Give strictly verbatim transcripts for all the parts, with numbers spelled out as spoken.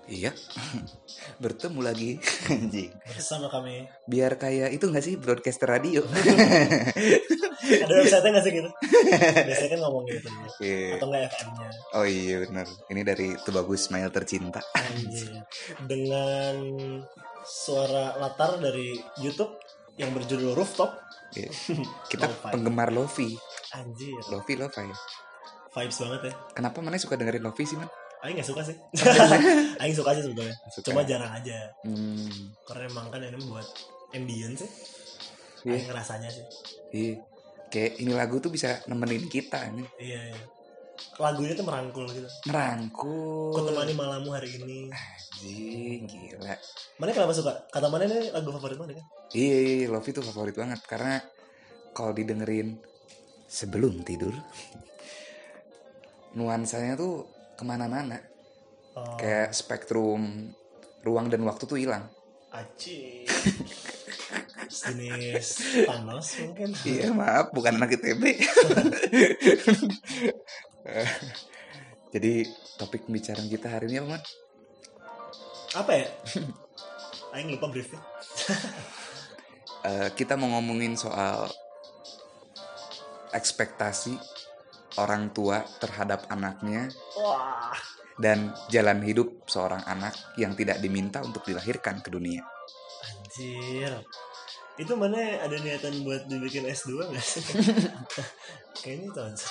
Iya. Bertemu lagi anjing. Bersama kami. Biar kayak itu gak sih broadcaster radio. Ada website-nya gak sih gitu? Biasanya kan ngomong gitu Iya. atau enggak F M-nya. Oh iya benar. Ini dari Tubagus Smile Tercinta. Anjir. Dengan suara latar dari YouTube yang berjudul Rooftop. Iya. Kita Lo-fi. penggemar lofi. Anjir. Lofi lo-fi. Vibes banget ya. Kenapa mana suka dengerin lofi sih, Man? Aing gak suka sih. Aing suka sih sebetulnya. Suka. Cuma jarang aja. Hmm. Karena emang kan ini buat ambience sih. Iya. Aing ngerasanya sih. Iya. Kayak ini lagu tuh bisa nemenin kita nih. Iya, iya. Lagunya tuh merangkul gitu. Merangkul. Ku temani malammu hari ini. Anjing, gila. Mana kenapa suka? Kata mana ini lagu favorit mana kan? Iya, iya, Lofi tuh favorit banget karena kalau didengerin sebelum tidur, nuansanya tuh kemana-mana. Oh, Kayak spektrum ruang dan waktu tuh hilang. aci. Jenis Thanos mungkin. Iya, maaf, bukan anak I T B. Jadi topik pembicaraan kita hari ini apa, Man? Apa ya? Aing lupa briefnya. Uh, kita mau ngomongin soal ekspektasi orang tua terhadap anaknya Wah. dan jalan hidup seorang anak yang tidak diminta untuk dilahirkan ke dunia. Anjir. Itu mana ada niatan buat dibikin S dua gak sih? Kayaknya itu aja.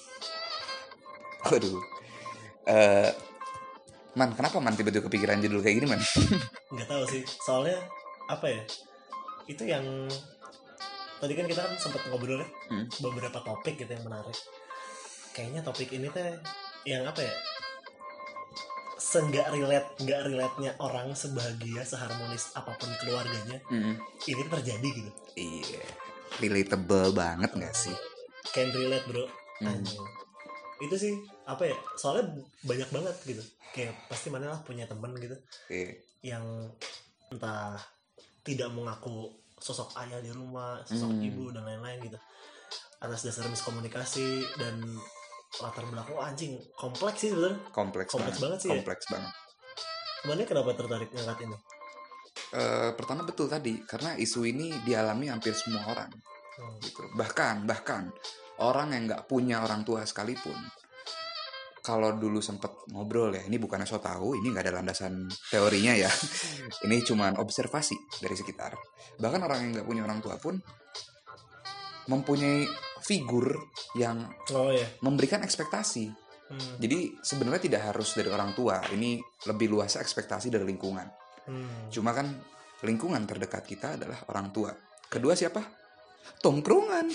Waduh. Uh, man, kenapa Man tiba-tiba kepikiran judul kayak gini, Man? Gak tahu sih. Soalnya apa ya? Itu yang tadi kan kita kan sempat ngobrol ya, hmm. beberapa topik gitu yang menarik. Kayaknya topik ini teh yang apa ya? Seenggak relate, nggak relate-nya orang sebahagia, seharmonis apapun keluarganya, mm-hmm. ini terjadi gitu. Iya, relatable banget nggak sih? Can relate bro. Mm. Itu sih apa ya? Soalnya banyak banget gitu. Kayak pasti mana lah punya teman gitu, yeah. yang entah tidak mengaku sosok ayah di rumah, sosok mm. ibu dan lain-lain gitu. Atas dasar miskomunikasi dan latar belakang, oh, anjing kompleks sih sebenarnya. Kompleks, kompleks banget, banget sih. Kompleks ya? banget. Sebenarnya kenapa tertarik ngangkat ini? Uh, pertama betul tadi karena isu ini dialami hampir semua orang. Hmm. Gitu. Bahkan bahkan orang yang nggak punya orang tua sekalipun, kalau dulu sempet ngobrol ya, ini bukannya so tahu, ini nggak ada landasan teorinya ya. Ini cuma observasi dari sekitar. Bahkan orang yang nggak punya orang tua pun mempunyai figur yang oh, yeah. memberikan ekspektasi. Hmm. Jadi sebenarnya tidak harus dari orang tua. Ini lebih luas ekspektasi dari lingkungan. Hmm. Cuma kan lingkungan terdekat kita adalah orang tua. Kedua siapa? Tongkrongan.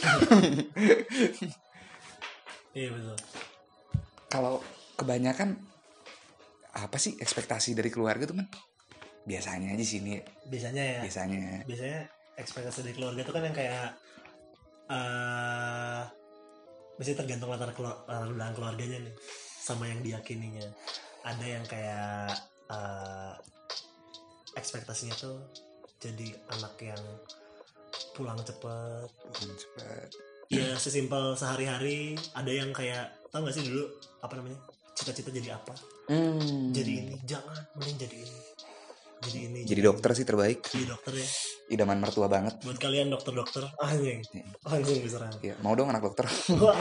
Iya betul. Kalau kebanyakan apa sih ekspektasi dari keluarga tuh, Man? Biasanya aja sini. Biasanya ya. Biasanya. Biasanya ekspektasi dari keluarga tuh kan yang kayak Uh, mesti tergantung latar, kelu- latar belakang keluarganya nih sama yang diyakininya. Ada yang kayak uh, ekspektasinya tuh jadi anak yang pulang cepet, pulang cepet. Ya sesimpel sehari-hari. Ada yang kayak tau gak sih dulu apa namanya cita-cita jadi apa? Hmm. Jadi ini jangan, mending jadi ini. Jadi ini. Jadi, jadi dokter sih terbaik. Jadi dokter ya. Idaman mertua banget. Buat kalian dokter-dokter, anjing, langsung diserang. Ya, mau dong anak dokter.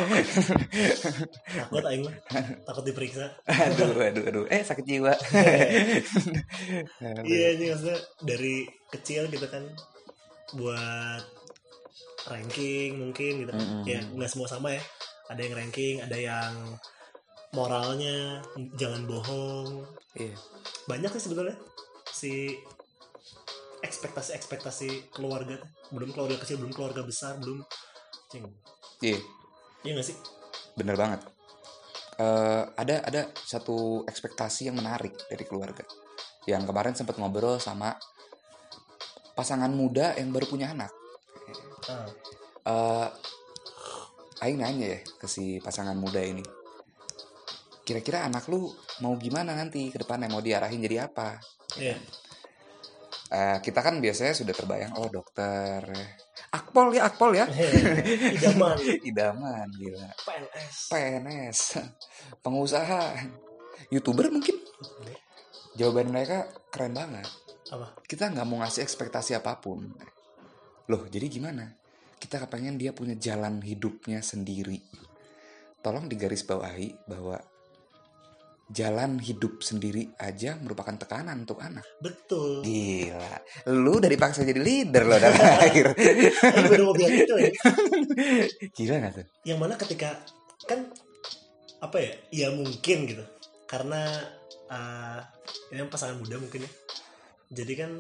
Takut aing mah, takut diperiksa. aduh, aduh, aduh. Eh sakit jiwa. Iya, ini maksudnya dari kecil gitu kan, buat ranking mungkin gitu kan. Mm-hmm. Ya nggak semua sama ya. Ada yang ranking, ada yang moralnya, jangan bohong. Iya. Banyak sih sebetulnya si ekspektasi-ekspektasi keluarga, belum keluarga kecil, belum keluarga besar, belum cing. Iya. Iya nggak sih? Bener banget. Uh, ada ada satu ekspektasi yang menarik dari keluarga. Yang kemarin sempat ngobrol sama pasangan muda yang baru punya anak. Ah. Uh, Aing nanya ya ke si pasangan muda ini. Kira-kira anak lu mau gimana nanti ke depannya, mau diarahin jadi apa? Iya. Yeah. Uh, kita kan biasanya sudah terbayang, oh dokter, akpol ya akpol ya, idaman, idaman gila, P N S, P N S, pengusaha, YouTuber mungkin. Jawaban mereka keren banget. Apa? Kita nggak mau ngasih ekspektasi apapun. Loh, jadi gimana? Kita kepengen dia punya jalan hidupnya sendiri. Tolong digarisbawahi bahwa jalan hidup sendiri aja merupakan tekanan untuk anak. Betul. Gila. Lu dari paksa jadi leader lo dalam akhir. Aku baru mau bilang itu ya. Gila gak tuh? Yang mana ketika kan apa ya? Ya mungkin gitu. Karena uh, ini pasangan muda mungkin ya. Jadi kan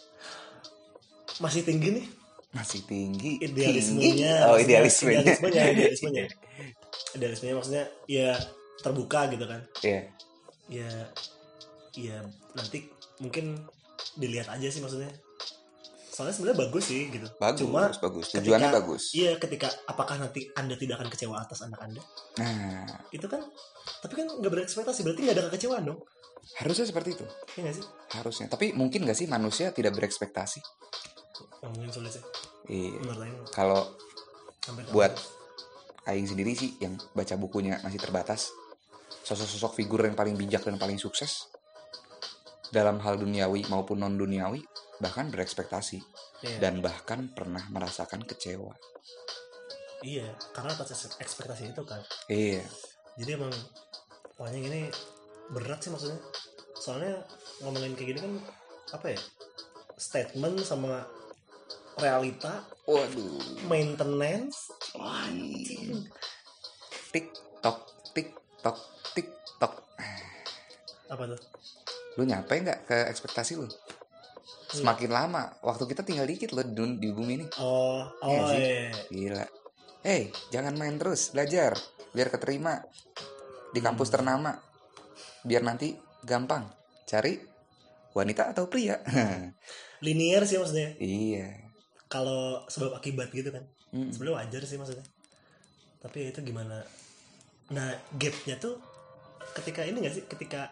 masih tinggi nih. Masih tinggi. Idealismenya. Oh, idealismenya. Idealismenya, idealismenya. Idealismenya maksudnya ya terbuka gitu kan. Iya. Yeah. Ya, ya nanti mungkin dilihat aja sih maksudnya. Soalnya sebenarnya bagus sih gitu. Bagus, Cuma bagus. Tujuannya ketika, bagus. Iya, ketika apakah nanti Anda tidak akan kecewa atas anak Anda? Nah, itu kan, tapi kan nggak berekspektasi, berarti nggak ada kekecewaan dong. Harusnya seperti itu. Iya nggak sih? Harusnya. Tapi mungkin nggak sih manusia tidak berekspektasi? Yang mungkin sulit sih. Iya. Menurut Aing. Kalau buat hampir. Aing sendiri sih yang baca bukunya masih terbatas, sosok-sosok figur yang paling bijak dan paling sukses dalam hal duniawi maupun non duniawi bahkan berekspektasi. Iya. Dan bahkan pernah merasakan kecewa. Iya, karena atas ekspektasi itu kan. Iya. Jadi emang pokoknya gini berat sih maksudnya. Soalnya ngomongin kayak gini kan apa ya? Statement sama realita. Waduh. Maintenance. Anjing. TikTok, TikTok, TikTok. Apa tuh? Lu nyampe nggak ke ekspektasi lu? Semakin hmm. lama, waktu kita tinggal dikit loh di, di bumi ini. Oh, oh ya, iya. Gila. Hey, jangan main terus, belajar biar keterima di kampus hmm. ternama. Biar nanti gampang cari wanita atau pria. Linear sih maksudnya. Iya. Kalau sebab akibat gitu kan. Hmm. Sebenarnya wajar sih maksudnya. Tapi itu gimana? Nah, gapnya tuh ketika ini nggak sih? Ketika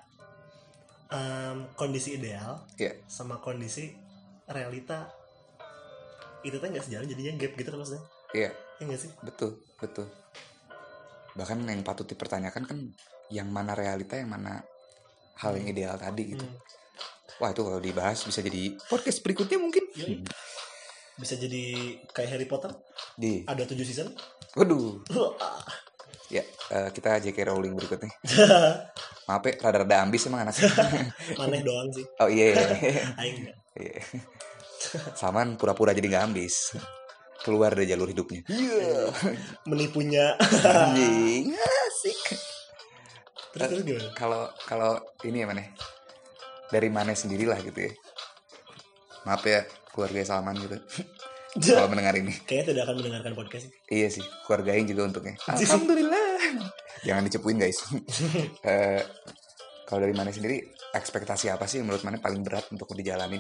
Um, kondisi ideal yeah. sama kondisi realita itu kan nggak sejalan, jadinya gap gitu kan maksudnya. Iya. Iya nggak sih? Betul, betul. Bahkan yang patut dipertanyakan kan yang mana realita, yang mana hal yang ideal tadi gitu. Hmm. Wah, itu kalau dibahas bisa jadi podcast berikutnya mungkin. Yoi. Bisa jadi kayak Harry Potter. Di. Ada tujuh season. Waduh. Ya, uh, kita J K Rowling berikutnya. Maaf ya, rada-rada ambis emang anaknya. Maneh doang sih. Oh iya. Aing enggak. Iya. Saman pura-pura jadi gak ambis. Keluar dari jalur hidupnya. Iya. Menipunya. Anjing, asik. Terus terus gimana? Kalau kalau ini ya Maneh. Dari Maneh sendirilah gitu ya. Maaf ya keluarga Salman gitu. Kalau mendengar ini. Kayaknya tidak akan mendengarkan podcast. Iya sih, keluarga Aing juga untuknya. Alhamdulillah. Jangan dicepuin guys. uh, Kalau dari Maneh sendiri, ekspektasi apa sih yang menurut Maneh paling berat untuk dijalanin?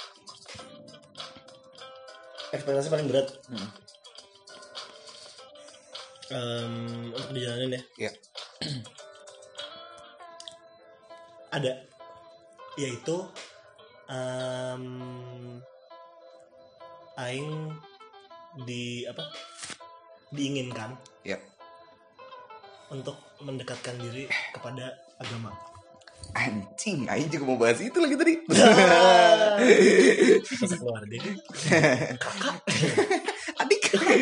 Ekspektasi paling berat? Hmm. Um, untuk dijalanin ya? Iya. Ada. Yaitu um, Aing di apa? Diinginkan. Iya. Untuk mendekatkan diri kepada agama. Anjing, Aing juga mau bahas itu lagi tadi. Masa keluar deh. Kakak. Adik.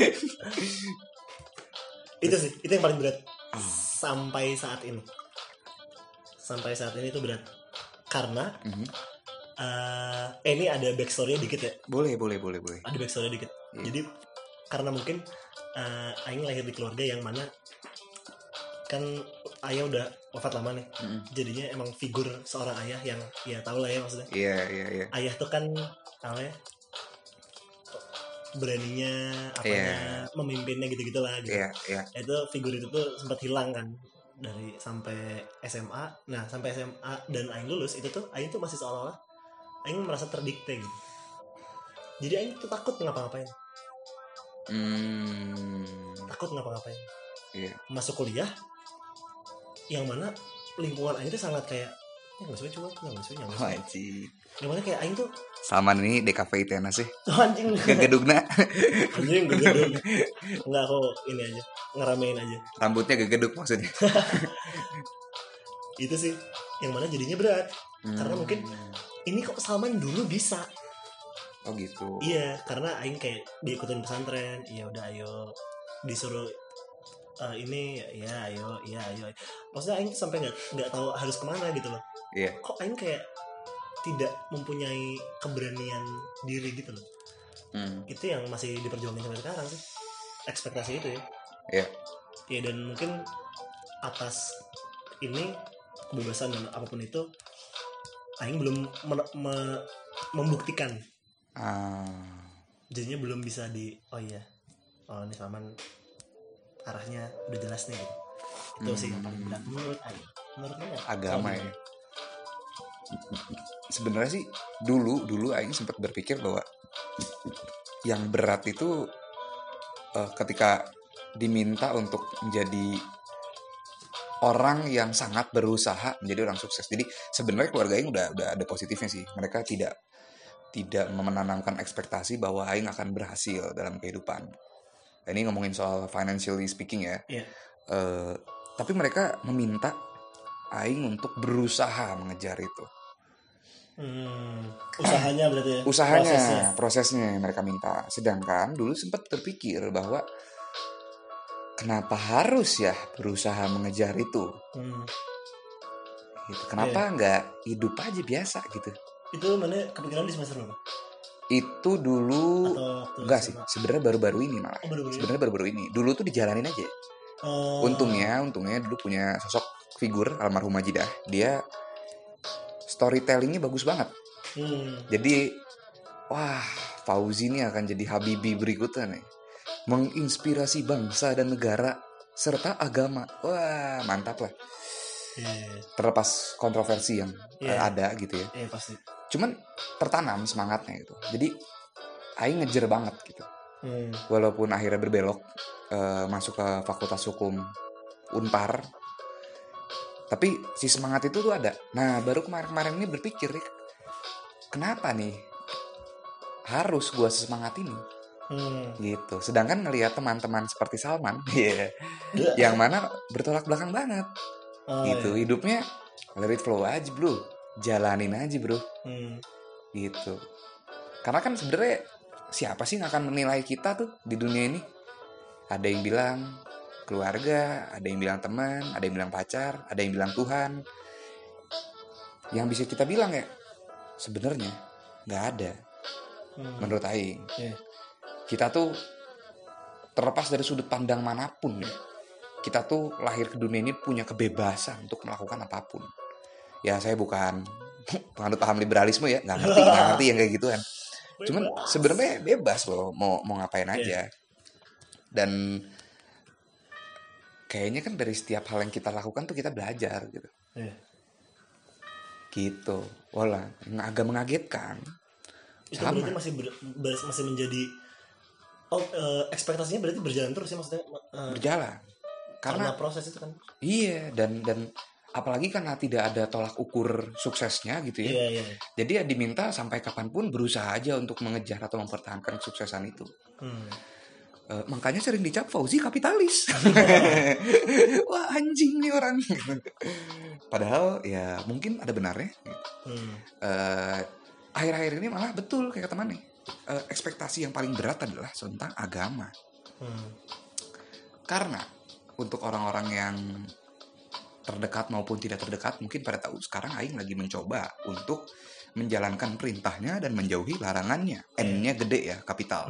Itu sih, itu yang paling berat. Sampai saat ini. Sampai saat ini itu berat. Karena mm-hmm. uh, eh, ini ada backstory-nya dikit ya. Boleh, boleh, boleh, boleh. Ada backstory-nya dikit. Yeah. Jadi karena mungkin uh, Aing lahir di keluarga yang mana kan ayah udah wafat lama nih, mm-hmm. jadinya emang figur seorang ayah yang ya tau lah ya maksudnya. Iya yeah, iya yeah, iya. Yeah. Ayah tuh kan apa ya, beraninya, apanya, yeah. memimpinnya gitu-gitu lah. Gitu. Iya yeah, iya. Yeah. Itu figur itu tuh sempat hilang kan dari sampai S M A. Nah sampai S M A dan Aing lulus itu tuh Aing tuh masih seolah-olah Aing merasa terdikte gitu. Jadi Aing tuh takut ngapa-ngapain. Hmm. Takut ngapa-ngapain. Iya. Yeah. Masuk kuliah yang mana lingkungan Aing tuh sangat kayak ya nggak suka cuma nggak suka nggak suka. Anjing. Yang mana kayak Aing tuh Salman ini D K V I T N sih. Oh, anjing. Gegedugna. Anjing gegedug. Enggak, aku ini aja ngeramein aja. Rambutnya gegedug maksudnya. Itu sih yang mana jadinya berat. Hmm. Karena mungkin ini kok Salman dulu bisa. Oh gitu. Iya, karena aing kayak diikutin pesantren, iya udah ayo disuruh uh, ini ya ayo, iya ayo. Maksudnya aing sampai nggak nggak tahu harus kemana gitu loh. Iya. Kok aing kayak tidak mempunyai keberanian diri gitu loh. Hmm. Itu yang masih diperjuangin sampai sekarang sih. Ekspektasi itu ya. Iya. Iya, dan mungkin atas ini kebebasan dan apapun itu aing belum me- me- membuktikan. Ah. Jadinya belum bisa di oh iya. Oh ini Salman arahnya udah jelas nih gitu. Itu hmm. sih yang paling berat menurut aing. Menurut aing agama ya. Sebenarnya sih dulu dulu aing sempat berpikir bahwa yang berat itu uh, ketika diminta untuk menjadi orang yang sangat berusaha menjadi orang sukses. Jadi sebenarnya keluarga aing udah udah ada positifnya sih. Mereka tidak tidak menanamkan ekspektasi bahwa aing akan berhasil dalam kehidupan. Ini ngomongin soal financially speaking ya. Yeah. Uh, tapi mereka meminta aing untuk berusaha mengejar itu. Hmm, usahanya berarti ya? Usahanya, prosesnya. prosesnya mereka minta. Sedangkan dulu sempat terpikir bahwa kenapa harus ya berusaha mengejar itu? Hmm. Gitu. Kenapa yeah. nggak hidup aja biasa gitu? Itu mana kepikiran di semester berapa? Itu dulu enggak sih, sebenarnya baru-baru ini malah. Oh, sebenarnya baru-baru ini. Dulu tuh dijalanin aja. Oh. Untungnya, untungnya dulu punya sosok figur almarhum Majidah. Dia storytellingnya bagus banget. Hmm. Jadi, wah, Fauzi ini akan jadi Habibie berikutnya nih. Menginspirasi bangsa dan negara serta agama. Wah, mantap lah. Yeah. Terlepas kontroversi yang yeah. uh, ada gitu ya. Yeah, pasti. Cuman tertanam semangatnya gitu. Jadi aing ngejer banget gitu. Hmm. Walaupun akhirnya berbelok uh, masuk ke Fakultas Hukum Unpar, tapi si semangat itu tuh ada. Nah baru kemarin-kemarin ini berpikir, kenapa nih harus gue sesemangat ini? Hmm. Gitu. Sedangkan ngelihat teman-teman seperti Salman, yeah, yang mana bertolak belakang banget. Oh, gitu. Iya. Hidupnya let it flow aja bro, jalanin aja bro. Hmm. Gitu. Karena kan sebenarnya siapa sih yang akan menilai kita tuh di dunia ini? Ada yang bilang keluarga, ada yang bilang teman, ada yang bilang pacar, ada yang bilang Tuhan. Yang bisa kita bilang ya sebenarnya nggak ada. Hmm. Menurut aing. Yeah. Kita tuh terlepas dari sudut pandang manapun ya. Kita tuh lahir ke dunia ini punya kebebasan untuk melakukan apapun. Ya saya bukan penganut paham liberalisme ya, nggak ngerti, nggak ngerti yang kayak gituan. Cuman sebenarnya bebas loh, mau mau ngapain aja. Dan kayaknya kan dari setiap hal yang kita lakukan tuh kita belajar gitu. Yeah. Gitu. Walah, agak mengagetkan. Itu sama. Berarti masih ber, ber, masih menjadi oh, uh, ekspektasinya berarti berjalan terus ya maksudnya? Uh, berjalan. Karena, karena proses itu kan. Iya, dan dan apalagi karena tidak ada tolak ukur suksesnya gitu ya. Iya, iya. Jadi ya diminta sampai kapanpun berusaha aja untuk mengejar atau mempertahankan kesuksesan itu. Hmm. Uh, makanya sering dicap Fauzi kapitalis. Wah anjing nih orang. Padahal ya mungkin ada benarnya. Hmm. Uh, akhir-akhir ini malah betul kayak teman nih. Uh, ekspektasi yang paling berat adalah tentang agama. Hmm. Karena untuk orang-orang yang terdekat maupun tidak terdekat, mungkin pada tahu sekarang aing lagi mencoba untuk menjalankan perintahnya dan menjauhi larangannya. N-nya gede ya, kapital.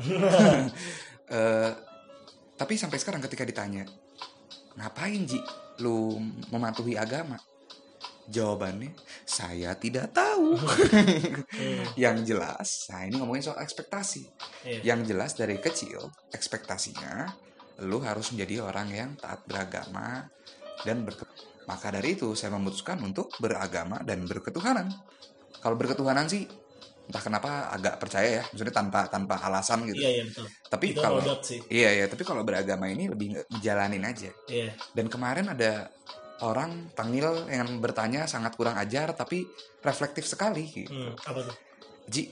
uh, tapi sampai sekarang ketika ditanya, ngapain Ji lu mematuhi agama? Jawabannya, saya tidak tahu. Yang jelas, nah ini ngomongin soal ekspektasi. Yang jelas dari kecil, ekspektasinya lu harus menjadi orang yang taat beragama dan berketuhanan. Maka dari itu saya memutuskan untuk beragama dan berketuhanan. Kalau berketuhanan sih entah kenapa agak percaya ya, maksudnya tanpa tanpa alasan gitu. Iya, iya betul. Tapi itu kalau iya iya, tapi kalau beragama ini lebih ngejalanin aja. Iya. Dan kemarin ada orang tangil yang bertanya sangat kurang ajar tapi reflektif sekali gitu. Hmm, apa tuh? Ji,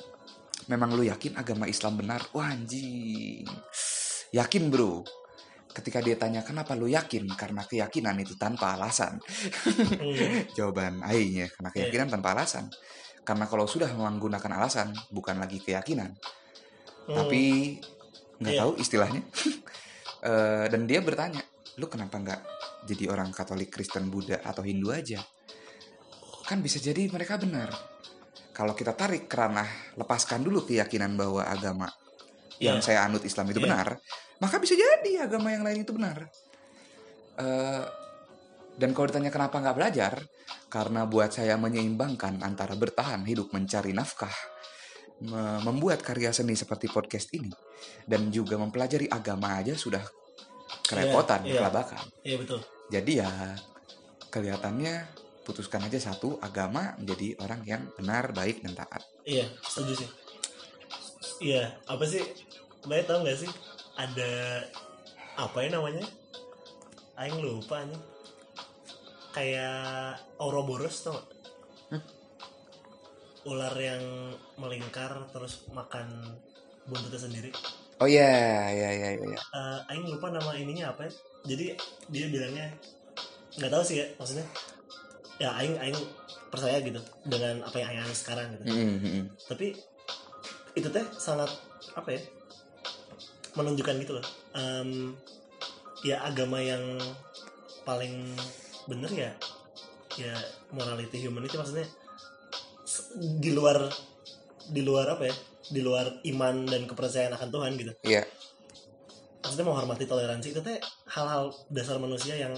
memang lu yakin agama Islam benar? Wah anjing. Yakin bro. ketika dia tanya kenapa lu yakin, karena keyakinan itu tanpa alasan. hmm. Jawaban aing ya, karena keyakinan yeah. tanpa alasan. Karena kalau sudah menggunakan alasan, bukan lagi keyakinan, hmm. tapi nggak yeah. tahu istilahnya. uh, dan dia bertanya, lu kenapa nggak jadi orang Katolik, Kristen, Buddha atau Hindu aja? Kan bisa jadi mereka benar. Kalau kita tarik ke ranah, lepaskan dulu keyakinan bahwa agama yang yeah. saya anut Islam itu yeah. benar, maka bisa jadi agama yang lain itu benar. Uh, dan kalau ditanya kenapa nggak belajar, karena buat saya menyeimbangkan antara bertahan hidup mencari nafkah, me- membuat karya seni seperti podcast ini, dan juga mempelajari agama aja sudah kerepotan, yeah, yeah. kelabakan. Iya yeah, betul. Jadi ya kelihatannya putuskan aja satu agama menjadi orang yang benar, baik dan taat. Iya, setuju sih. Iya, apa sih? Mbak tahu nggak sih ada apa ya namanya? Aing lupa nih. Kayak Ouroboros tau gak? Hmm? Ular yang melingkar terus makan buntutnya sendiri. Oh iya, iya, iya, iya. Uh, Aing lupa nama ininya apa ya? Jadi dia bilangnya nggak tahu sih ya maksudnya. Ya Aing Aing percaya gitu dengan apa yang Aing alami sekarang gitu. Mm-hmm. Tapi itu teh sangat apa ya? Menunjukkan gitu loh. Um, ya agama yang paling bener ya ya morality humanity, maksudnya di luar di luar apa ya? Di luar iman dan kepercayaan akan Tuhan gitu. Iya. Yeah. Maksudnya menghormati toleransi itu teh hal-hal dasar manusia yang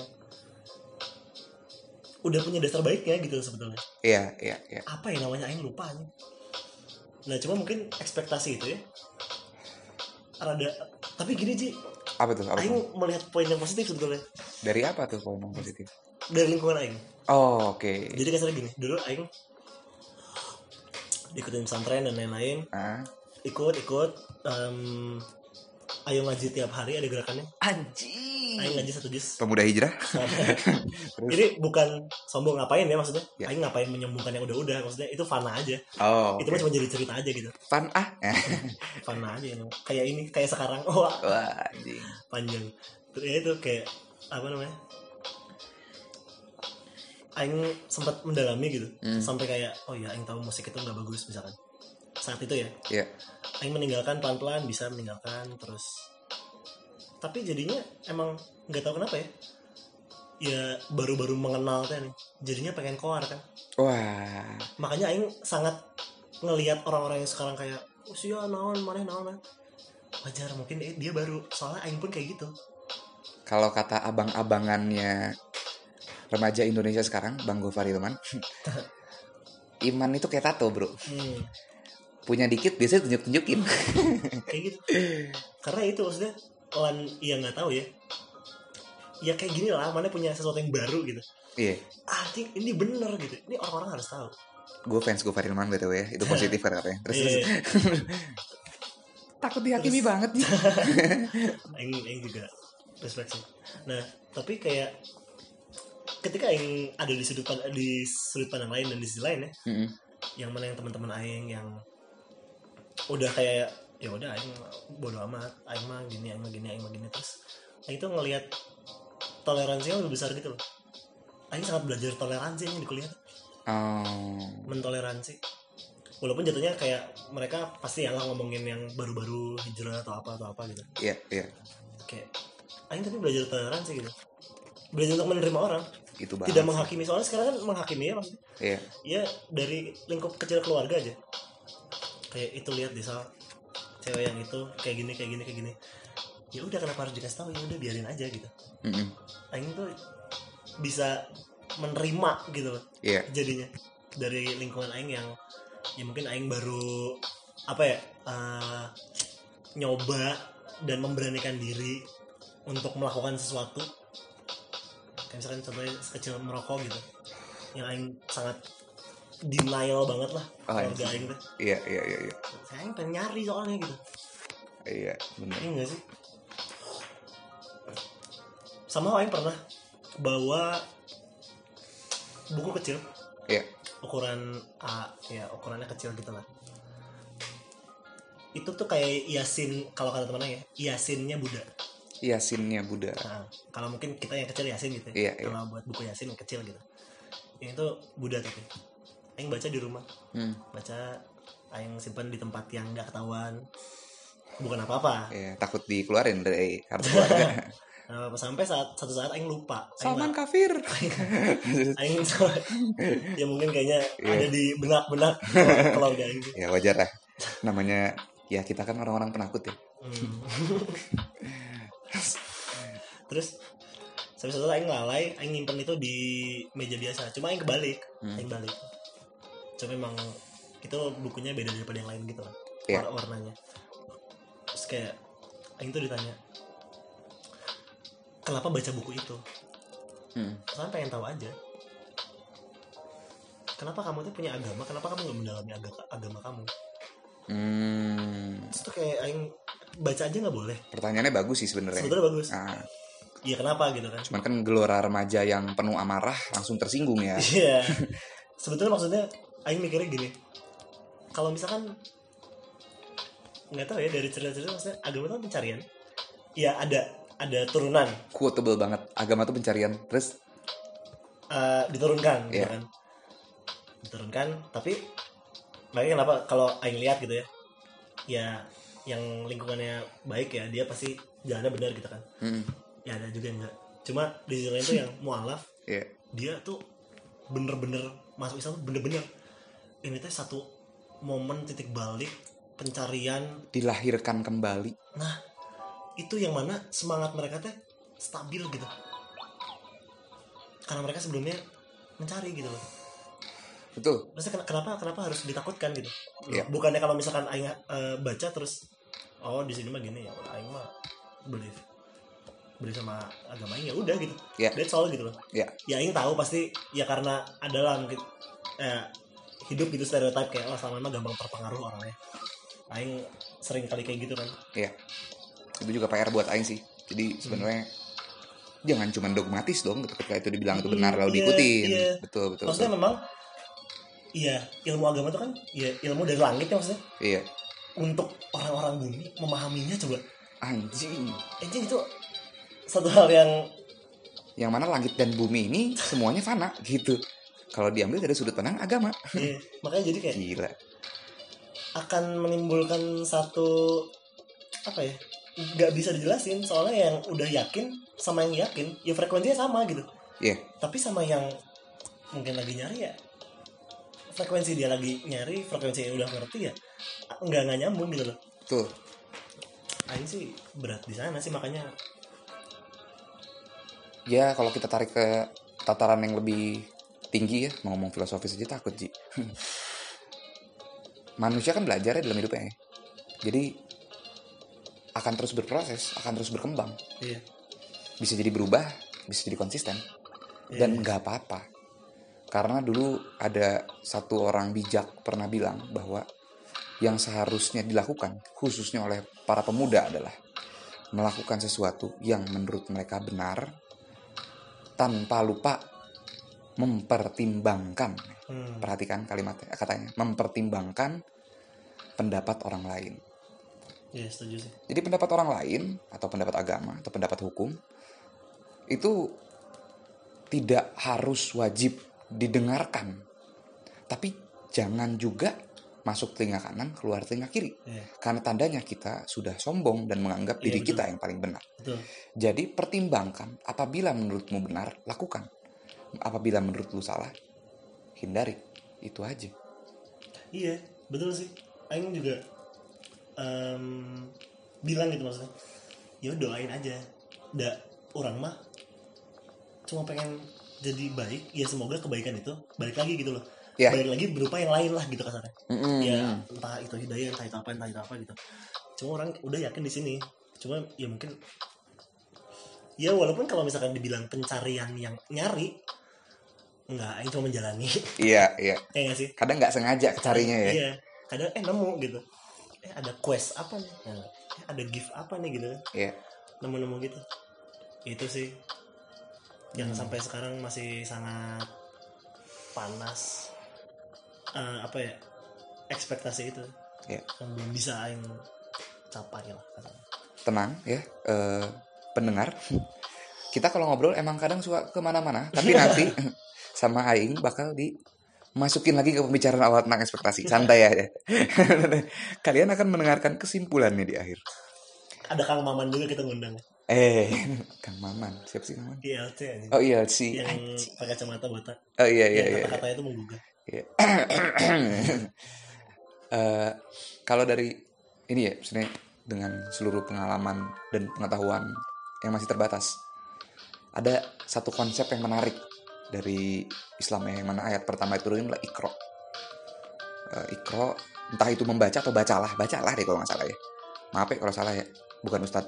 udah punya dasar baiknya gitu sebetulnya. Iya, iya, iya. Apa ya namanya Aing lupa nih. Nah, cuma mungkin ekspektasi itu ya. Rada tapi gini Ji. Apa tuh? Apa Aing tuh? melihat poin yang positif sebetulnya. Dari apa tuh poin yang positif? Dari lingkungan Aing. Oh, oke. Okay. Jadi kasarnya gini, dulu Aing ikutin pesantren dan lain-lain. Ah. Ikut, ikut um, ayo ngaji tiap hari ada gerakannya. Anjing. Aing ngaji satu juz. Pemuda hijrah. Ini bukan sombong ngapain ya maksudnya. Ya. Aing ngapain menyombongkan yang udah-udah, maksudnya itu fana aja. Oh. Itu okay. Cuma jadi cerita aja gitu. Fan ah. Fana aja yang kayak ini, kayak sekarang. Oh, wah, anjing. Panjang. Terus ya itu kayak apa namanya? Aing sempat mendalami gitu. Hmm. Sampai kayak oh ya Aing tahu musik itu enggak bagus misalkan. Saat itu ya. Iya. Yeah. Aing meninggalkan pelan-pelan, bisa meninggalkan terus. Tapi jadinya emang nggak tahu kenapa ya. Ya baru-baru mengenal kan, jadinya pengen koar kan. Wah. Makanya Aing sangat ngelihat orang-orang yang sekarang kayak, oh sia naon maneh naon. Wajar mungkin dia baru, soalnya Aing pun kayak gitu. Kalau kata abang-abangannya remaja Indonesia sekarang, Bang Gofar Hilman, iman itu kayak tato bro. Hmm. Punya dikit biasanya tunjuk-tunjukin. Kayak gitu. Karena itu maksudnya lan ya nggak tahu ya. Ya kayak gini lah, mana punya sesuatu yang baru gitu. Iya. Ah, ini bener gitu. Ini orang-orang harus tahu. Gue fans Gofar Hilman B T W ya, itu positif kan katanya. Terus, terus. Takut dihakimi terus, banget nih. Aing Aing juga respect sih. Nah, tapi kayak ketika Aing ada di sudut di sudut pandang lain dan di sisi lain ya, mm-hmm. yang mana yang teman-teman Aing yang udah kayak ya udah Aing bodo amat, Aing mah gini, Aing mah gini, Aing mah gini, terus Aing tuh ngelihat toleransinya lebih besar gitu loh. Aing sangat belajar toleransi yang di kuliah. Oh. Mentoleransi. Walaupun jatuhnya kayak mereka pasti yang ngomongin yang baru-baru hijrah atau apa atau apa gitu. Iya, yeah, iya. Yeah. Kayak Aing tapi belajar toleransi gitu. Belajar untuk menerima orang. Itu banget. Tidak menghakimi, soalnya sekarang kan menghakimi ya maksudnya. Iya. Yeah. Ya dari lingkup kecil keluarga aja. Kayak itu lihat desa cewek yang itu kayak gini kayak gini kayak gini. Ya udah kenapa harus dikasih tahu, ya udah biarin aja gitu. Mm-hmm. Aing tuh bisa menerima gitu loh. Yeah. Jadinya dari lingkungan Aing yang ya mungkin Aing baru apa ya uh, nyoba dan memberanikan diri untuk melakukan sesuatu. Kayak misalkan contohnya sekecil merokok gitu, yang Aing sangat denial banget lah oh, keluarga Aing tuh. Iya iya iya. iya. Saya Aing pengen nyari soalnya gitu. Iya benar. Iya nggak sih? Sama Aing pernah bawa buku kecil. Iya. Ukuran A, ya ukurannya kecil gitu lah. Itu tuh kayak Yasin, kalau kata teman ya, Yasinnya Buddha. Yasinnya Buddha. Nah, kalau mungkin kita yang kecil Yasin gitu. Iya, kalau iya. buat buku Yasin yang kecil gitu. Yang itu Buddha tapi. Aing baca di rumah. Hmm. Baca aing simpan di tempat yang nggak ketahuan. Bukan apa-apa. Iya, takut dikeluarin dari kartu keluarga. Nah, sampai saat satu saat aing lupa. Salman kafir. Aing ya mungkin kayaknya yeah. ada di benak-benak keluarga aing. Ya wajar lah. Namanya ya kita kan orang-orang penakut ya. Hmm. Terus sampai satu aing lalai, aing nyimpen itu di meja biasa. Cuma aing kebalik, hmm. aing balik. Cuma memang itu bukunya beda daripada yang lain gitu kan. Yeah. Warna-warnanya. Terus kayak aing tuh ditanya, kenapa baca buku itu? Hmm. Soalnya pengen tahu aja. Kenapa kamu tuh punya agama? Kenapa kamu nggak mendalami agama, agama kamu? Hmm. Terus tuh kayak aing baca aja nggak boleh. Pertanyaannya bagus sih sebenarnya. Sebenarnya bagus. Iya ah. Kenapa gitu kan? Cuman kan gelora remaja yang penuh amarah langsung tersinggung ya. Iya. Sebetulnya maksudnya aing mikirnya gini. Kalau misalkan nggak tahu ya dari cerita-cerita maksudnya agama itu pencarian. Ya ada. Ada turunan. Quotable banget. Agama tuh pencarian. Terus uh, diturunkan, yeah. gitu kan? Diturunkan. Tapi makanya kenapa kalau aing lihat gitu ya, ya yang lingkungannya baik ya dia pasti jalannya benar gitu kan. Mm. Ya ada juga yang enggak. Cuma di sisi lain tuh yang mualaf, yeah. dia tuh bener-bener masuk Islam tuh bener-bener. Ini tuh satu momen titik balik pencarian. Dilahirkan kembali. Nah. Itu yang mana semangat mereka teh stabil gitu karena mereka sebelumnya mencari gitu loh. Betul. Maksudnya kenapa kenapa harus ditakutkan gitu? Yeah. Bukannya kalau misalkan aing uh, baca terus oh di sini mah gini ya aing mah believe believe sama agama aing ya udah gitu. Yeah. That's all gitu loh. Yeah. Ya aing tahu pasti ya karena adalah mungkin eh, hidup gitu stereotip kayak oh selama mah gampang terpengaruh orangnya. Aing sering kali kayak gitu kan. Iya. Yeah. Itu juga P R buat aing sih. Jadi sebenarnya hmm. jangan cuma dogmatis dong ketika itu dibilang itu benar lalu iya, diikutin. Iya. Betul betul. Maksudnya betul. memang iya, ilmu agama itu kan ya ilmu dari langit ya maksudnya. Iya. Untuk orang-orang bumi memahaminya coba. Anjing. Anjing itu satu hal yang yang mana langit dan bumi ini semuanya fana gitu. Kalau diambil dari sudut pandang agama. Iya, makanya jadi kayak gila. Akan menimbulkan satu apa ya? Nggak bisa dijelasin soalnya yang udah yakin sama yang yakin ya frekuensinya sama gitu. Iya. Yeah. Tapi sama yang mungkin lagi nyari ya frekuensi dia lagi nyari frekuensi yang udah ngerti ya nggak nggak nyambung gitu loh. Tuh. Aing sih berat di sana sih makanya. Ya kalau kita tarik ke tataran yang lebih tinggi ya mau ngomong filosofis aja takut Ji. Manusia kan belajar ya dalam hidupnya. Jadi akan terus berproses, akan terus berkembang. Iya. Bisa jadi berubah, bisa jadi konsisten. Iya. Dan gak apa-apa. Karena dulu ada satu orang bijak pernah bilang bahwa yang seharusnya dilakukan, khususnya oleh para pemuda adalah melakukan sesuatu yang menurut mereka benar, tanpa lupa mempertimbangkan. Hmm. Perhatikan kalimatnya, katanya. Mempertimbangkan pendapat orang lain. Iya, setuju sih. Jadi pendapat orang lain atau pendapat agama atau pendapat hukum itu tidak harus wajib didengarkan. Tapi jangan juga masuk telinga kanan, keluar telinga kiri. Yeah. Karena tandanya kita sudah sombong dan menganggap yeah, diri betul. Kita yang paling benar. Betul. Jadi pertimbangkan, apabila menurutmu benar, lakukan. Apabila menurut lu salah, hindari. Itu aja. Iya, betul sih. Aing juga Um, bilang gitu maksudnya ya doain aja da orang mah cuma pengen jadi baik ya semoga kebaikan itu balik lagi gitu loh yeah. Balik lagi berupa yang lain lah gitu kasarnya mm-hmm. Ya entah itu hidayah entah itu apa entah itu apa gitu cuma orang udah yakin di sini cuma ya mungkin ya walaupun kalau misalkan dibilang pencarian yang nyari enggak ini cuma menjalani iya iya ya nggak sih kadang nggak sengaja carinya ya iya kadang eh nemu gitu eh ada quest apa nih nah, eh, ada gift apa nih gitu kan yeah. Nemu-nemu gitu itu sih yang hmm. sampai sekarang masih sangat panas uh, apa ya ekspektasi itu yeah. yang belum bisa aing capai lah tenang ya uh, pendengar, kita kalau ngobrol emang kadang suka kemana-mana, tapi nanti sama Aing bakal dimasukin lagi ke pembicaraan awal tentang ekspektasi. Santai aja. Kalian akan mendengarkan kesimpulannya di akhir. Ada Kang Maman juga kita ngundang. Eh, Kang Maman, siapa sih Kang Maman? I L C aja. Oh I L C. Yang pakai kacamata botak. Oh iya iya iya. Kata-katanya itu menggugah. Iya. uh, kalau dari ini ya, sebenarnya dengan seluruh pengalaman dan pengetahuan yang masih terbatas, ada satu konsep yang menarik dari Islam yang mana ayat pertama itu adalah Iqra. Uh, Iqra, entah itu membaca atau bacalah, bacalah deh kalau nggak salah ya. Maaf ya kalau salah ya. Bukan Ustadz.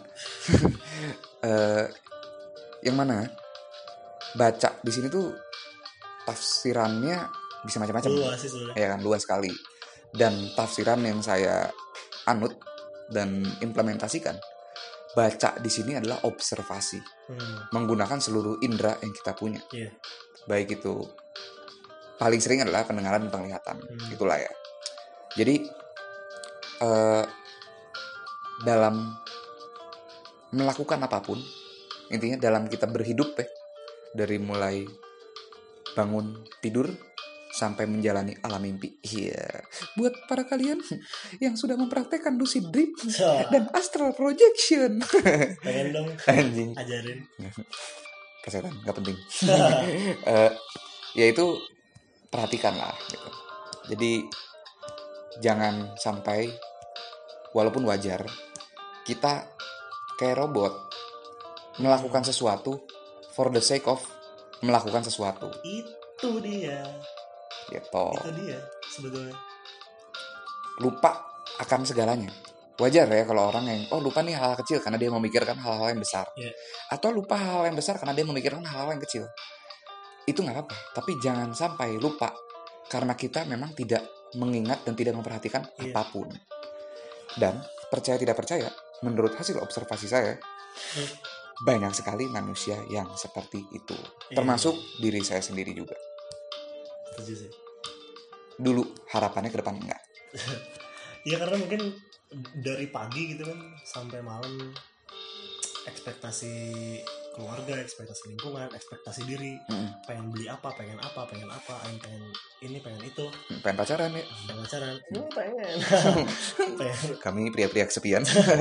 uh, yang mana baca di sini tuh tafsirannya bisa macam-macam. Luas sih sebenarnya. Ya kan, luas sekali. Dan tafsiran yang saya anut dan implementasikan, baca di sini adalah observasi, hmm. menggunakan seluruh indera yang kita punya. Yeah. Baik itu paling sering adalah pendengaran dan penglihatan, hmm. itulah ya. Jadi uh, dalam melakukan apapun, intinya dalam kita berhidup ya, dari mulai bangun tidur sampai menjalani alam mimpi. Iya, buat para kalian yang sudah mempraktekkan lucid dream so. dan astral projection. Pengen dong anjing ajarin. Kesehatan nggak penting. uh, ya itu perhatikanlah gitu. Jadi jangan sampai, walaupun wajar, kita kayak robot melakukan sesuatu for the sake of melakukan sesuatu. Itu dia. Gitu. Itu dia sebetulnya. Lupa akan segalanya. Wajar ya kalau orang yang oh lupa nih hal-hal kecil karena dia memikirkan hal-hal yang besar. Yeah. Atau lupa hal-hal yang besar karena dia memikirkan hal-hal yang kecil. Itu nggak apa-apa. Tapi jangan sampai lupa karena kita memang tidak mengingat dan tidak memperhatikan yeah. apapun. Dan percaya tidak percaya, menurut hasil observasi saya, hmm. banyak sekali manusia yang seperti itu. Yeah. Termasuk diri saya sendiri juga. Setuju sih. Dulu harapannya ke depan enggak. Ya karena mungkin dari pagi gitu kan sampai malam ekspektasi keluarga, ekspektasi lingkungan, ekspektasi diri, mm. pengen beli apa, pengen apa, pengen apa, pengen ini, pengen itu, pengen pacaran ya, pengen pacaran, hmm, pengen. pengen. Kami pria-pria kesepian.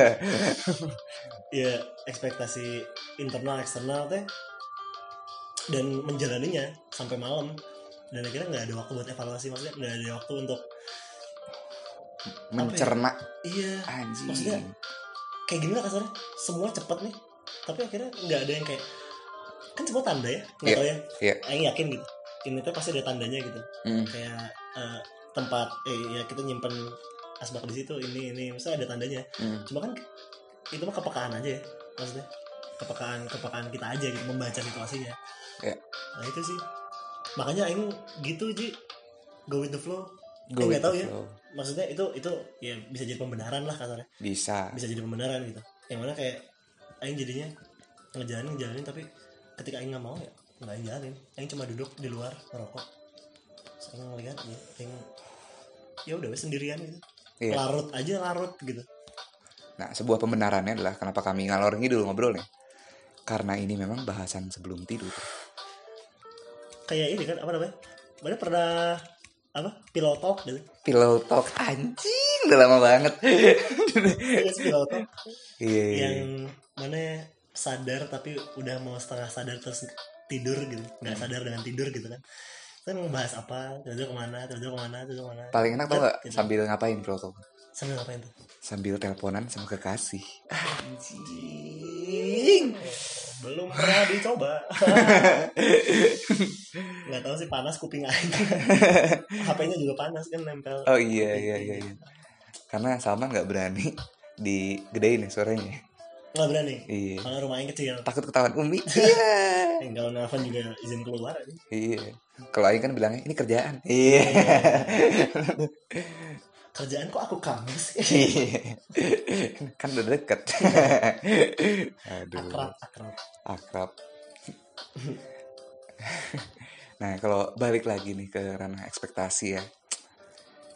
Ya ekspektasi internal eksternal teh dan menjalaninya sampai malam. Dan akhirnya nggak ada waktu buat evaluasi, maksudnya nggak ada waktu untuk mencerna. Ya? Iya. Anjing. Maksudnya kayak gini lah kasarnya, semua cepat nih, tapi akhirnya nggak ada yang kayak, kan semua tanda ya, nggak yeah. tahu ya. Yeah. Yang yakin gitu, ini tuh pasti ada tandanya gitu. Mm. Kayak uh, tempat, eh ya kita nyimpen asbak di situ, ini ini, misalnya ada tandanya. Mm. Cuma kan itu mah kepekaan aja ya, maksudnya kepekaan kepekaan kita aja gitu membaca situasinya. Yeah. Nah itu sih. Makanya aing gitu Ji, go with the flow. Go eh, with tahu the ya flow. Maksudnya itu itu ya bisa jadi pembenaran lah kasarnya. Bisa. Bisa jadi pembenaran gitu. Yang mana kayak aing jadinya ngejalanin ngejalanin tapi ketika aing nggak mau ya nggak aing jalanin. Aing cuma duduk di luar ngerokok. Saya ngeliat ya, aing ya udah sendirian gitu. Iya. Larut aja larut gitu. Nah sebuah pembenarannya adalah kenapa kami ngalor ngidul ngobrol nih. Karena ini memang bahasan sebelum tidur. Kayak ini kan apa namanya? Mana pernah apa? Pillow talk gitu. Pillow talk anjing udah lama banget. Iya pillow talk. Iya. Yang mana sadar tapi udah mau setengah sadar terus tidur gitu. Enggak sadar dengan tidur gitu kan. Kita ngebahas apa? Tidur kemana? Tidur kemana? Tidur kemana? Paling enak tau gak? Gitu. Sambil ngapain pillow talk? Sambil ngapain tuh? Sambil teleponan sama kekasih. Anjing. Belum pernah dicoba. Nggak tahu sih, panas kuping aing. H P-nya juga panas kan nempel. Oh iya iya iya. iya. Karena Salman nggak berani digedein ya suaranya. Nggak berani. Iya. Karena rumah aing kecil. Takut ketahuan Umi. Iya. Kalau nelfon juga izin keluar aja. Iya. Kalau aing kan bilangnya ini kerjaan. Iya. Kerjaan kok aku kamus. Kan udah deket. Aduh. Akrab, akrab. Akrab. Nah, kalau balik lagi nih ke ranah ekspektasi ya.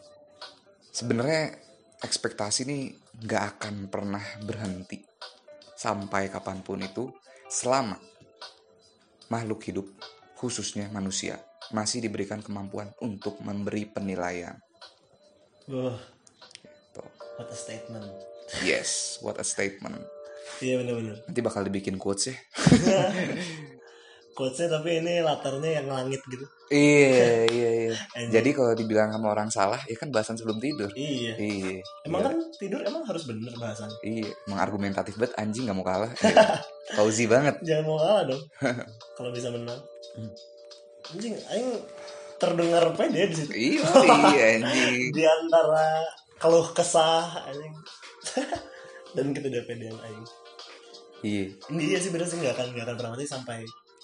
Sebenarnya ekspektasi nih nggak akan pernah berhenti sampai kapanpun itu, selama makhluk hidup, khususnya manusia, masih diberikan kemampuan untuk memberi penilaian. Wah, gitu. What a statement. Yes, what a statement. Iya benar-benar. Nanti bakal dibikin quotes ya. Quotesnya tapi ini latarnya yang langit gitu. Iya iya iya. Jadi kalau dibilang sama orang salah, ya kan bahasan sebelum tidur. Iya. Iya. Emang iya. kan tidur emang harus bener bahasan. Iya. Emang argumentatif banget, anjing nggak mau kalah. Iya. Fauzi banget. Jangan mau kalah dong. Kalau bisa menang. Anjing, aing terdengar pede di situ. Iya iya anjing. Di antara keluh kesah anjing. Dan ketidakpedean aing. Iya. Iya sih bener sih nggak akan nggak akan pernah mati sampai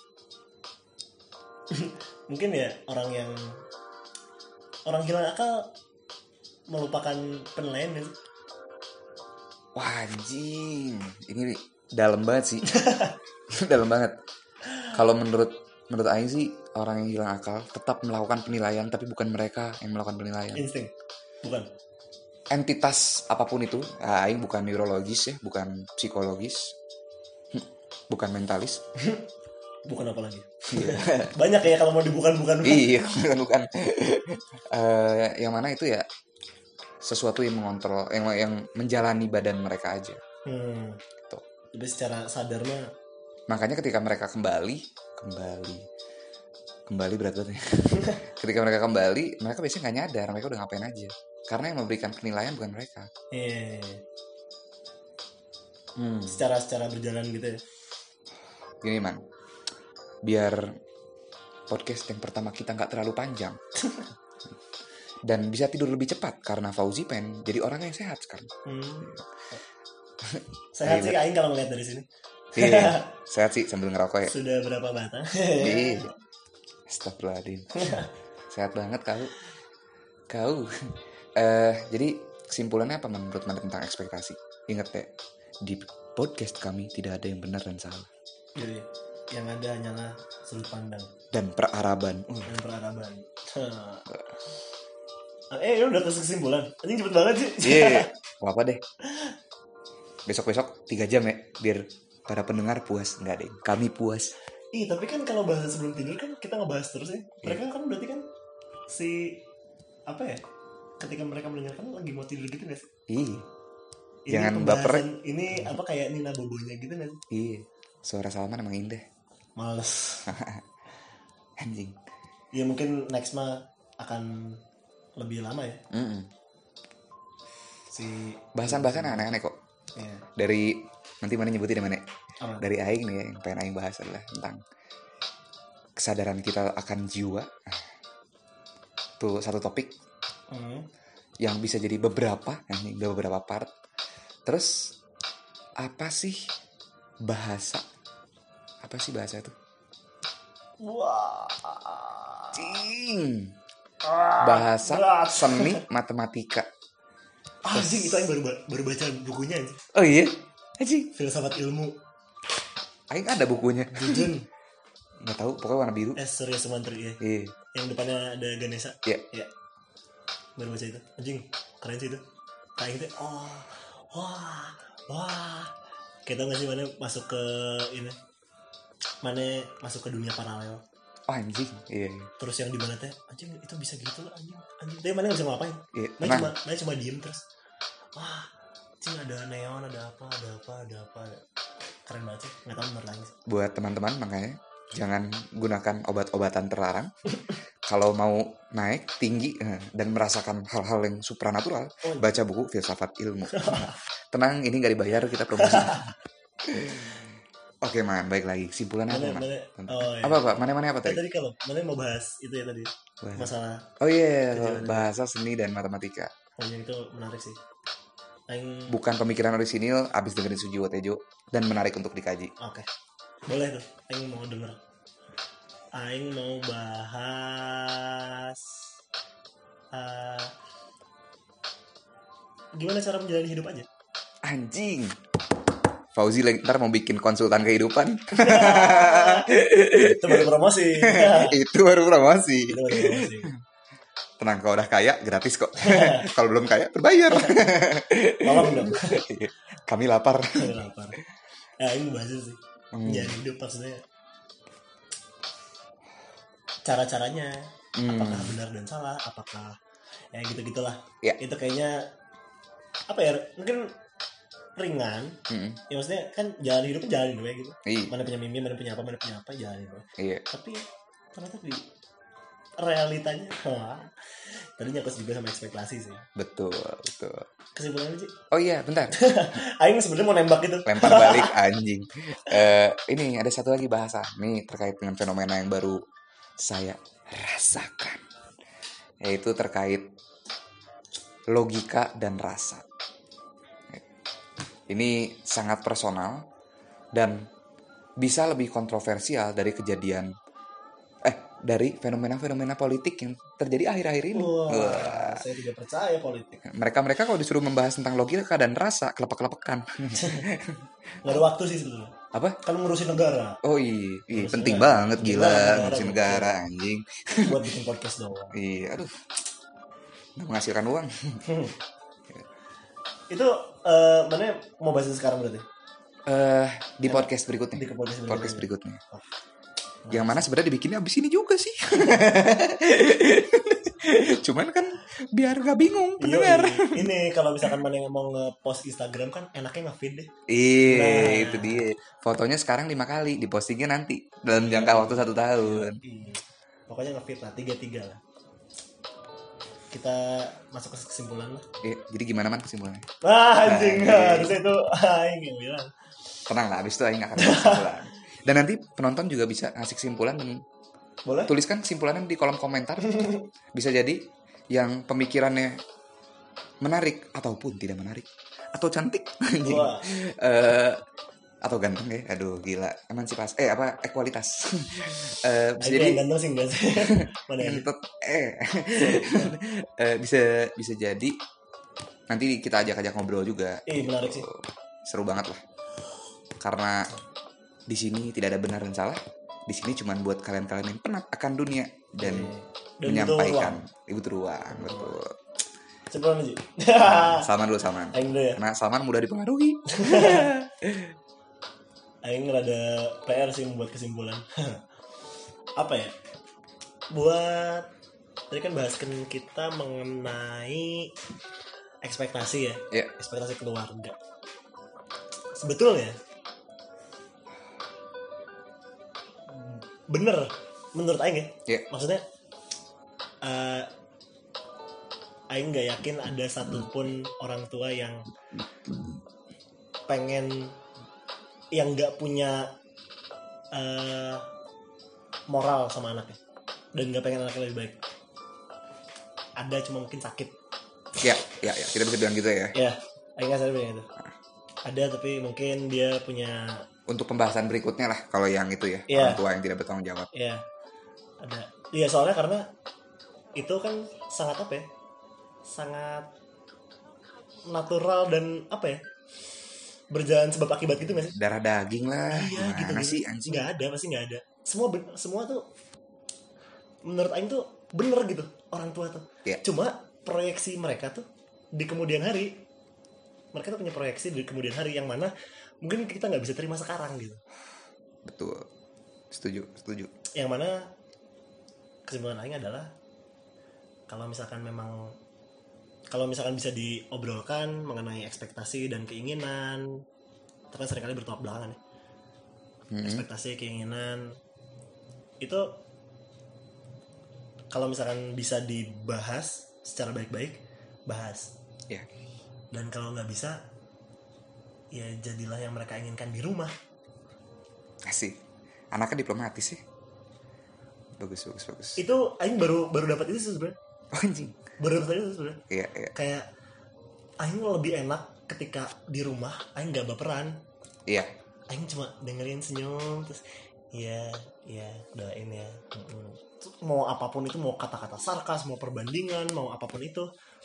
mungkin ya orang yang orang hilang akal melupakan penilaian ya. Wah anjing, ini dalam banget sih. Dalam banget. Kalau menurut menurut Aing sih orang yang hilang akal tetap melakukan penilaian, tapi bukan mereka yang melakukan penilaian. Insting, bukan. Entitas apapun itu, Aing bukan neurologis ya, bukan psikologis, bukan mentalis. Bukan apa lagi? Banyak ya kalau mau dibukan-bukan. Iya, bukan-bukan. uh, yang mana itu ya sesuatu yang mengontrol, yang yang menjalani badan mereka aja. Hmm. Tuh. Jadi secara sadar mah. Makanya ketika mereka kembali, kembali, kembali berat banget. Ketika mereka kembali, mereka biasanya nggak nyadar mereka udah ngapain aja. Karena yang memberikan penilaian bukan mereka. Iya. Hmm. Secara secara berjalan gitu ya. Gini man. Biar podcast yang pertama kita nggak terlalu panjang dan bisa tidur lebih cepat karena Fauzi pengen jadi orang yang sehat sekarang. Hmm. Sehat sih Aing kalau ngeliat dari sini. Iya, sehat sih sambil ngerokok ya. Sudah berapa batang? Iya. Astagfirullahaladzim. Sehat banget kau. Kau. Uh, jadi kesimpulannya apa menurut Manda tentang ekspektasi? Ingat ya, di podcast kami tidak ada yang benar dan salah. Jadi yang ada hanyalah sudut pandang dan peraraban. Uh. Dan peraraban. eh, lu udah kesimpulan. Anjing cepet banget sih. Iya. Yeah. Apa deh. Besok-besok tiga jam ya biar para pendengar puas. Enggak deh. Kami puas. Ih, tapi kan kalau bahas sebelum tidur kan kita ngebahas terus ya. Mereka yeah. kan berarti kan si apa ya? Ketika mereka mendengarkan lagi mau tidur gitu enggak sih? Iya. Ini jangan baper. Ini apa kayak Nina Bobonya gitu enggak sih? Iya. Suara Salman emang indah. Males. Anjing. Ya mungkin next mah akan lebih lama ya. Mm-mm. Si bahasan-bahasan aneh-aneh kok. Yeah. Dari nanti mana nyebutin mana? Oh. Dari Aing nih ya, yang pengen Aing bahas adalah tentang kesadaran kita akan jiwa. Tuh satu topik mm. yang bisa jadi beberapa, ini beberapa part. Terus apa sih bahasa? Apa sih bahasa itu? Wah, cing. Bahasa, seni, matematika. Ah, anjing itu yang baru baru baca bukunya anjing. Oh iya, anjing. Filsafat ilmu. Aing ada bukunya. Jujun. Nggak tahu, pokoknya warna biru. Eh, Surya Sumantri ya. Iya. Yang depannya ada Ganesha. Iya. Iya. Baru baca itu. Anjing, keren sih itu. Kayak gitu. Oh, wah, wah. Kita nggak sih mana masuk ke ini? Mana masuk ke dunia paralel? Oh, anjing, iya. Terus yang di mana teh? Anjing itu bisa gitu loh, anjing. Anjing. Tapi mana nggak bisa ngapain? Iya. Mana cuma, mana cuma diem terus. Wah, anjing ada neon, ada apa, ada apa, ada apa. Keren banget sih. Nggak tahu bener lagi. Buat teman-teman makanya jangan gunakan obat-obatan terlarang. Kalau mau naik tinggi dan merasakan hal-hal yang supranatural, oh, baca buku Filsafat Ilmu. Tenang, ini nggak dibayar, kita promosi. Oke man, baik lagi. Kesimpulannya apa man? Oh, iya. Apa apa? Mana-mana apa tadi? Tadi kalau mana mau bahas itu ya tadi bahas. Masalah. Oh iya, yeah, bahasa, seni dan matematika. Oh iya, itu menarik sih. Aing... Bukan pemikiran orisinil, abis dengerin Sujiwo Tejo dan menarik untuk dikaji. Oke, okay. Boleh tuh. Aing mau denger. Aing mau bahas uh, gimana cara menjalani hidup aja. Anjing. Fauzi ntar mau bikin konsultan kehidupan. Itu baru promosi. Itu baru promosi. Itu baru promosi. Tenang, kalau udah kaya gratis kok. Kalau belum kaya berbayar. Tolong dong. Kami lapar. Kami lapar. Nah, ini bahas sih. Hmm. Jadi hidup maksudnya cara-caranya, hmm. apakah benar dan salah, apakah ya gitu-gitulah. Yeah. Itu kayaknya apa ya? Mungkin ringan. Hmm. Ya maksudnya kan jalan hidupnya jalan hidup ya gitu. Iya. Mana punya mimpi, mana punya apa, mana punya apa, jalan hidup. Iya. Tapi ternyata di realitanya wah, tadi nyakut juga sama ekspektasi sih. Betul, betul. Kesimpulannya sih? Oh iya, bentar. Aing sebenarnya mau nembak gitu. Lempar balik anjing. uh, ini ada satu lagi bahasa nih terkait dengan fenomena yang baru saya rasakan, yaitu terkait logika dan rasa. Ini sangat personal dan bisa lebih kontroversial dari kejadian dari fenomena-fenomena politik yang terjadi akhir-akhir ini. Wah, Wah. Saya tidak percaya politik. Mereka-mereka kalau disuruh membahas tentang logika dan rasa, kelepek-kelepekan. Gak ada waktu sih sebetulnya. Apa? Kan ngurusin negara. Oh iya, iya penting negara. banget penting gila negara, ngurusin negara, negara anjing. Buat bikin podcast doang. Iya, aduh. Nggak menghasilkan uang. Itu uh, mana mau bahas sekarang berarti? Uh, di podcast berikutnya. Di podcast berikutnya. Podcast berikutnya. Oh. Yang mana sebenarnya dibikinnya abis ini juga sih. Cuman kan biar gak bingung pendengar. Ini kalau misalkan mana yang mau nge-post Instagram kan enaknya nge-feed deh. Iya, nah. Itu dia. Fotonya sekarang lima kali, dipostingnya nanti dalam jangka iya. waktu satu tahun. Iya. Pokoknya nge-feed lah, tiga-tiga lah. Kita masuk ke kesimpulan lah. Iya, jadi gimana man kesimpulannya? Wah anjing, nah, harusnya itu Aing yang bilang. Tenang lah, abis itu Aing akan kesimpulan. Dan nanti penonton juga bisa ngasih kesimpulan dan boleh tuliskan kesimpulannya di kolom komentar. Bisa jadi yang pemikirannya menarik ataupun tidak menarik, atau cantik, uh, atau ganteng ya. Aduh gila, emansipasi. Eh apa? Ekualitas. uh, bisa jadi ganteng sih enggak sih. Mana eh uh, bisa bisa jadi nanti kita ajak-ajak ngobrol juga. Iya menarik sih. Seru banget lah. Karena di sini tidak ada benar dan salah. Di sini cuma buat kalian-kalian yang penat akan dunia dan, dan menyampaikan ibu ruang. Betul. Sebelum aja. Salman dulu Salman. Aing dulu ya. Karena Salman mudah dipengaruhi. Aing rada P R sih membuat kesimpulan. Apa ya? Buat tadi kan bahaskan kita mengenai ekspektasi ya. Yeah. Ekspektasi keluarga. Sebetulnya bener menurut Aing ya, yeah. Maksudnya uh, Aing nggak yakin ada satupun orang tua yang pengen yang nggak punya uh, moral sama anaknya dan nggak pengen anaknya lebih baik. Ada cuma mungkin sakit. Ya, ya, ya. Kita bisa bilang gitu ya. Ya, Aing nggak sadar bilang itu. Ada tapi mungkin dia punya. Untuk pembahasan berikutnya lah kalau yang itu ya, yeah. Orang tua yang tidak bertanggung jawab. Iya, yeah. Ada. Iya soalnya karena itu kan sangat apa ya, sangat natural dan apa ya, berjalan sebab akibat gitu nggak sih? Darah daging lah. Iya gitu, gitu sih anjing? Nggak ada, pasti nggak ada. Semua ben- semua tuh menurut Aing tuh bener gitu orang tua tuh. Yeah. Cuma proyeksi mereka tuh di kemudian hari, mereka tuh punya proyeksi di kemudian hari yang mana mungkin kita nggak bisa terima sekarang gitu. Betul, setuju, setuju. Yang mana kesimpulan Aing adalah kalau misalkan memang kalau misalkan bisa diobrolkan mengenai ekspektasi dan keinginan, terus seringkali bertolak belakang ya. Hmm. Ekspektasi, keinginan itu kalau misalkan bisa dibahas secara baik-baik, bahas. Ya. Yeah. Dan kalau nggak bisa, ya jadilah yang mereka inginkan di rumah. Asik. Anaknya diplomatis sih. Bagus, bagus, bagus. Itu Aing baru baru dapat itu sebenarnya. Oh, anjing. Baru dapat itu sebenarnya. Iya, iya. Kayak Aing lebih enak ketika di rumah Aing nggak baperan. Iya. Aing cuma dengerin senyum terus iya, iya, doain ya. Mau apapun itu, mau kata-kata sarkas, mau perbandingan, mau apapun itu.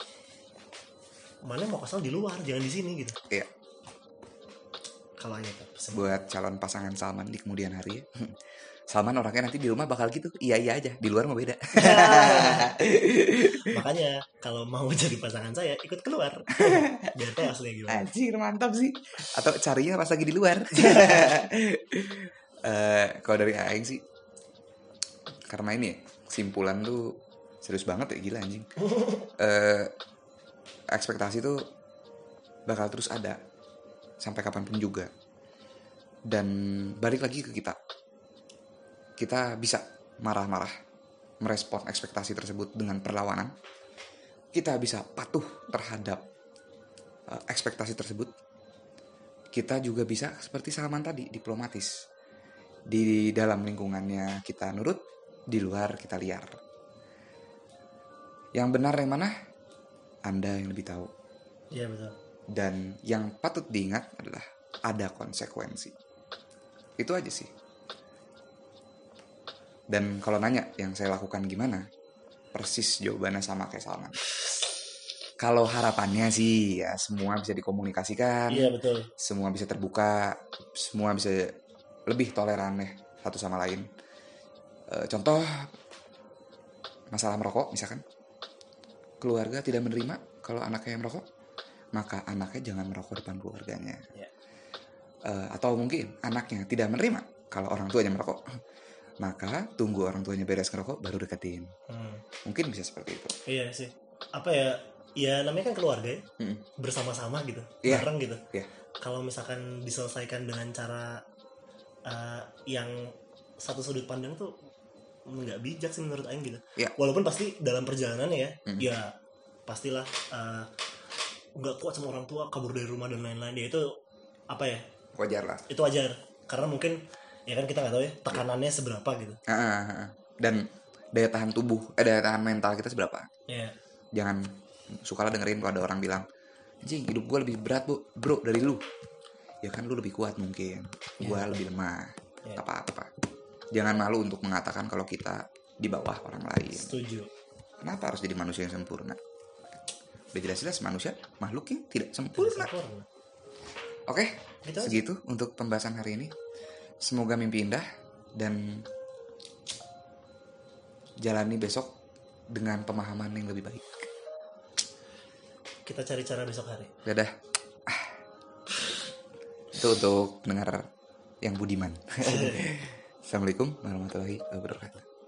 Mana mau kesal di luar, jangan di sini gitu. Iya. Kalau aja tuh buat calon pasangan Salman di kemudian hari ya. Salman orangnya nanti di rumah bakal gitu, iya iya aja, di luar mah beda. Makanya kalau mau jadi pasangan saya ikut keluar, biar tahu aslinya gimana. Anjir mantap sih. Atau carinya pas lagi di luar. uh, kalau dari Aing sih, karena ini kesimpulan tuh serius banget ya, gila anjing. Uh, ekspektasi tuh bakal terus ada sampai kapanpun juga. Dan balik lagi ke kita. Kita bisa marah-marah, merespon ekspektasi tersebut dengan perlawanan. Kita bisa patuh terhadap uh, ekspektasi tersebut. Kita juga bisa seperti Salman tadi, diplomatis. Di dalam lingkungannya kita nurut, di luar kita liar. Yang benar yang mana? Anda yang lebih tahu. Iya betul. Dan yang patut diingat adalah ada konsekuensi. Itu aja sih. Dan kalau nanya yang saya lakukan gimana, persis jawabannya sama kayak Salman. Kalau harapannya sih ya semua bisa dikomunikasikan. Iya betul. Semua bisa terbuka, semua bisa lebih toleran ya satu sama lain. E, contoh masalah merokok misalkan, keluarga tidak menerima kalau anaknya yang merokok, maka anaknya jangan merokok depan keluarganya. Yeah. E, atau mungkin anaknya tidak menerima kalau orang tuanya merokok, maka tunggu orang tuanya beres ngerokok baru deketin. Hmm. Mungkin bisa seperti itu. Iya sih. Apa ya? Ya namanya kan keluarga ya. Hmm. Bersama-sama gitu, yeah. bareng gitu. Yeah. Kalau misalkan diselesaikan dengan cara uh, yang satu sudut pandang tuh nggak bijak sih menurut Aing gitu. Yeah. Walaupun pasti dalam perjalanan ya, hmm. ya pastilah uh, nggak kuat sama orang tua, kabur dari rumah dan lain-lain. Ya itu apa ya? Wajar lah. Itu wajar. Karena mungkin ya kan kita nggak tahu ya tekanannya seberapa gitu. Dan daya tahan tubuh, eh, daya tahan mental kita seberapa. Yeah. Jangan sukalah dengerin kalau ada orang bilang, anjing hidup gue lebih berat bu, bro dari lu. Ya kan lu lebih kuat mungkin, gue yeah. lebih lemah. Yeah. Apa-apa. Jangan malu untuk mengatakan kalau kita di bawah orang lain. Setuju. Kenapa harus jadi manusia yang sempurna? Udah jelas-jelas manusia makhluk yang tidak sempurna. sempurna. Oke, gitu segitu aja untuk pembahasan hari ini. Semoga mimpi indah dan jalani besok dengan pemahaman yang lebih baik. Kita cari cara besok hari. Dadah. Ah. Itu untuk pendengar yang budiman. Assalamualaikum warahmatullahi wabarakatuh.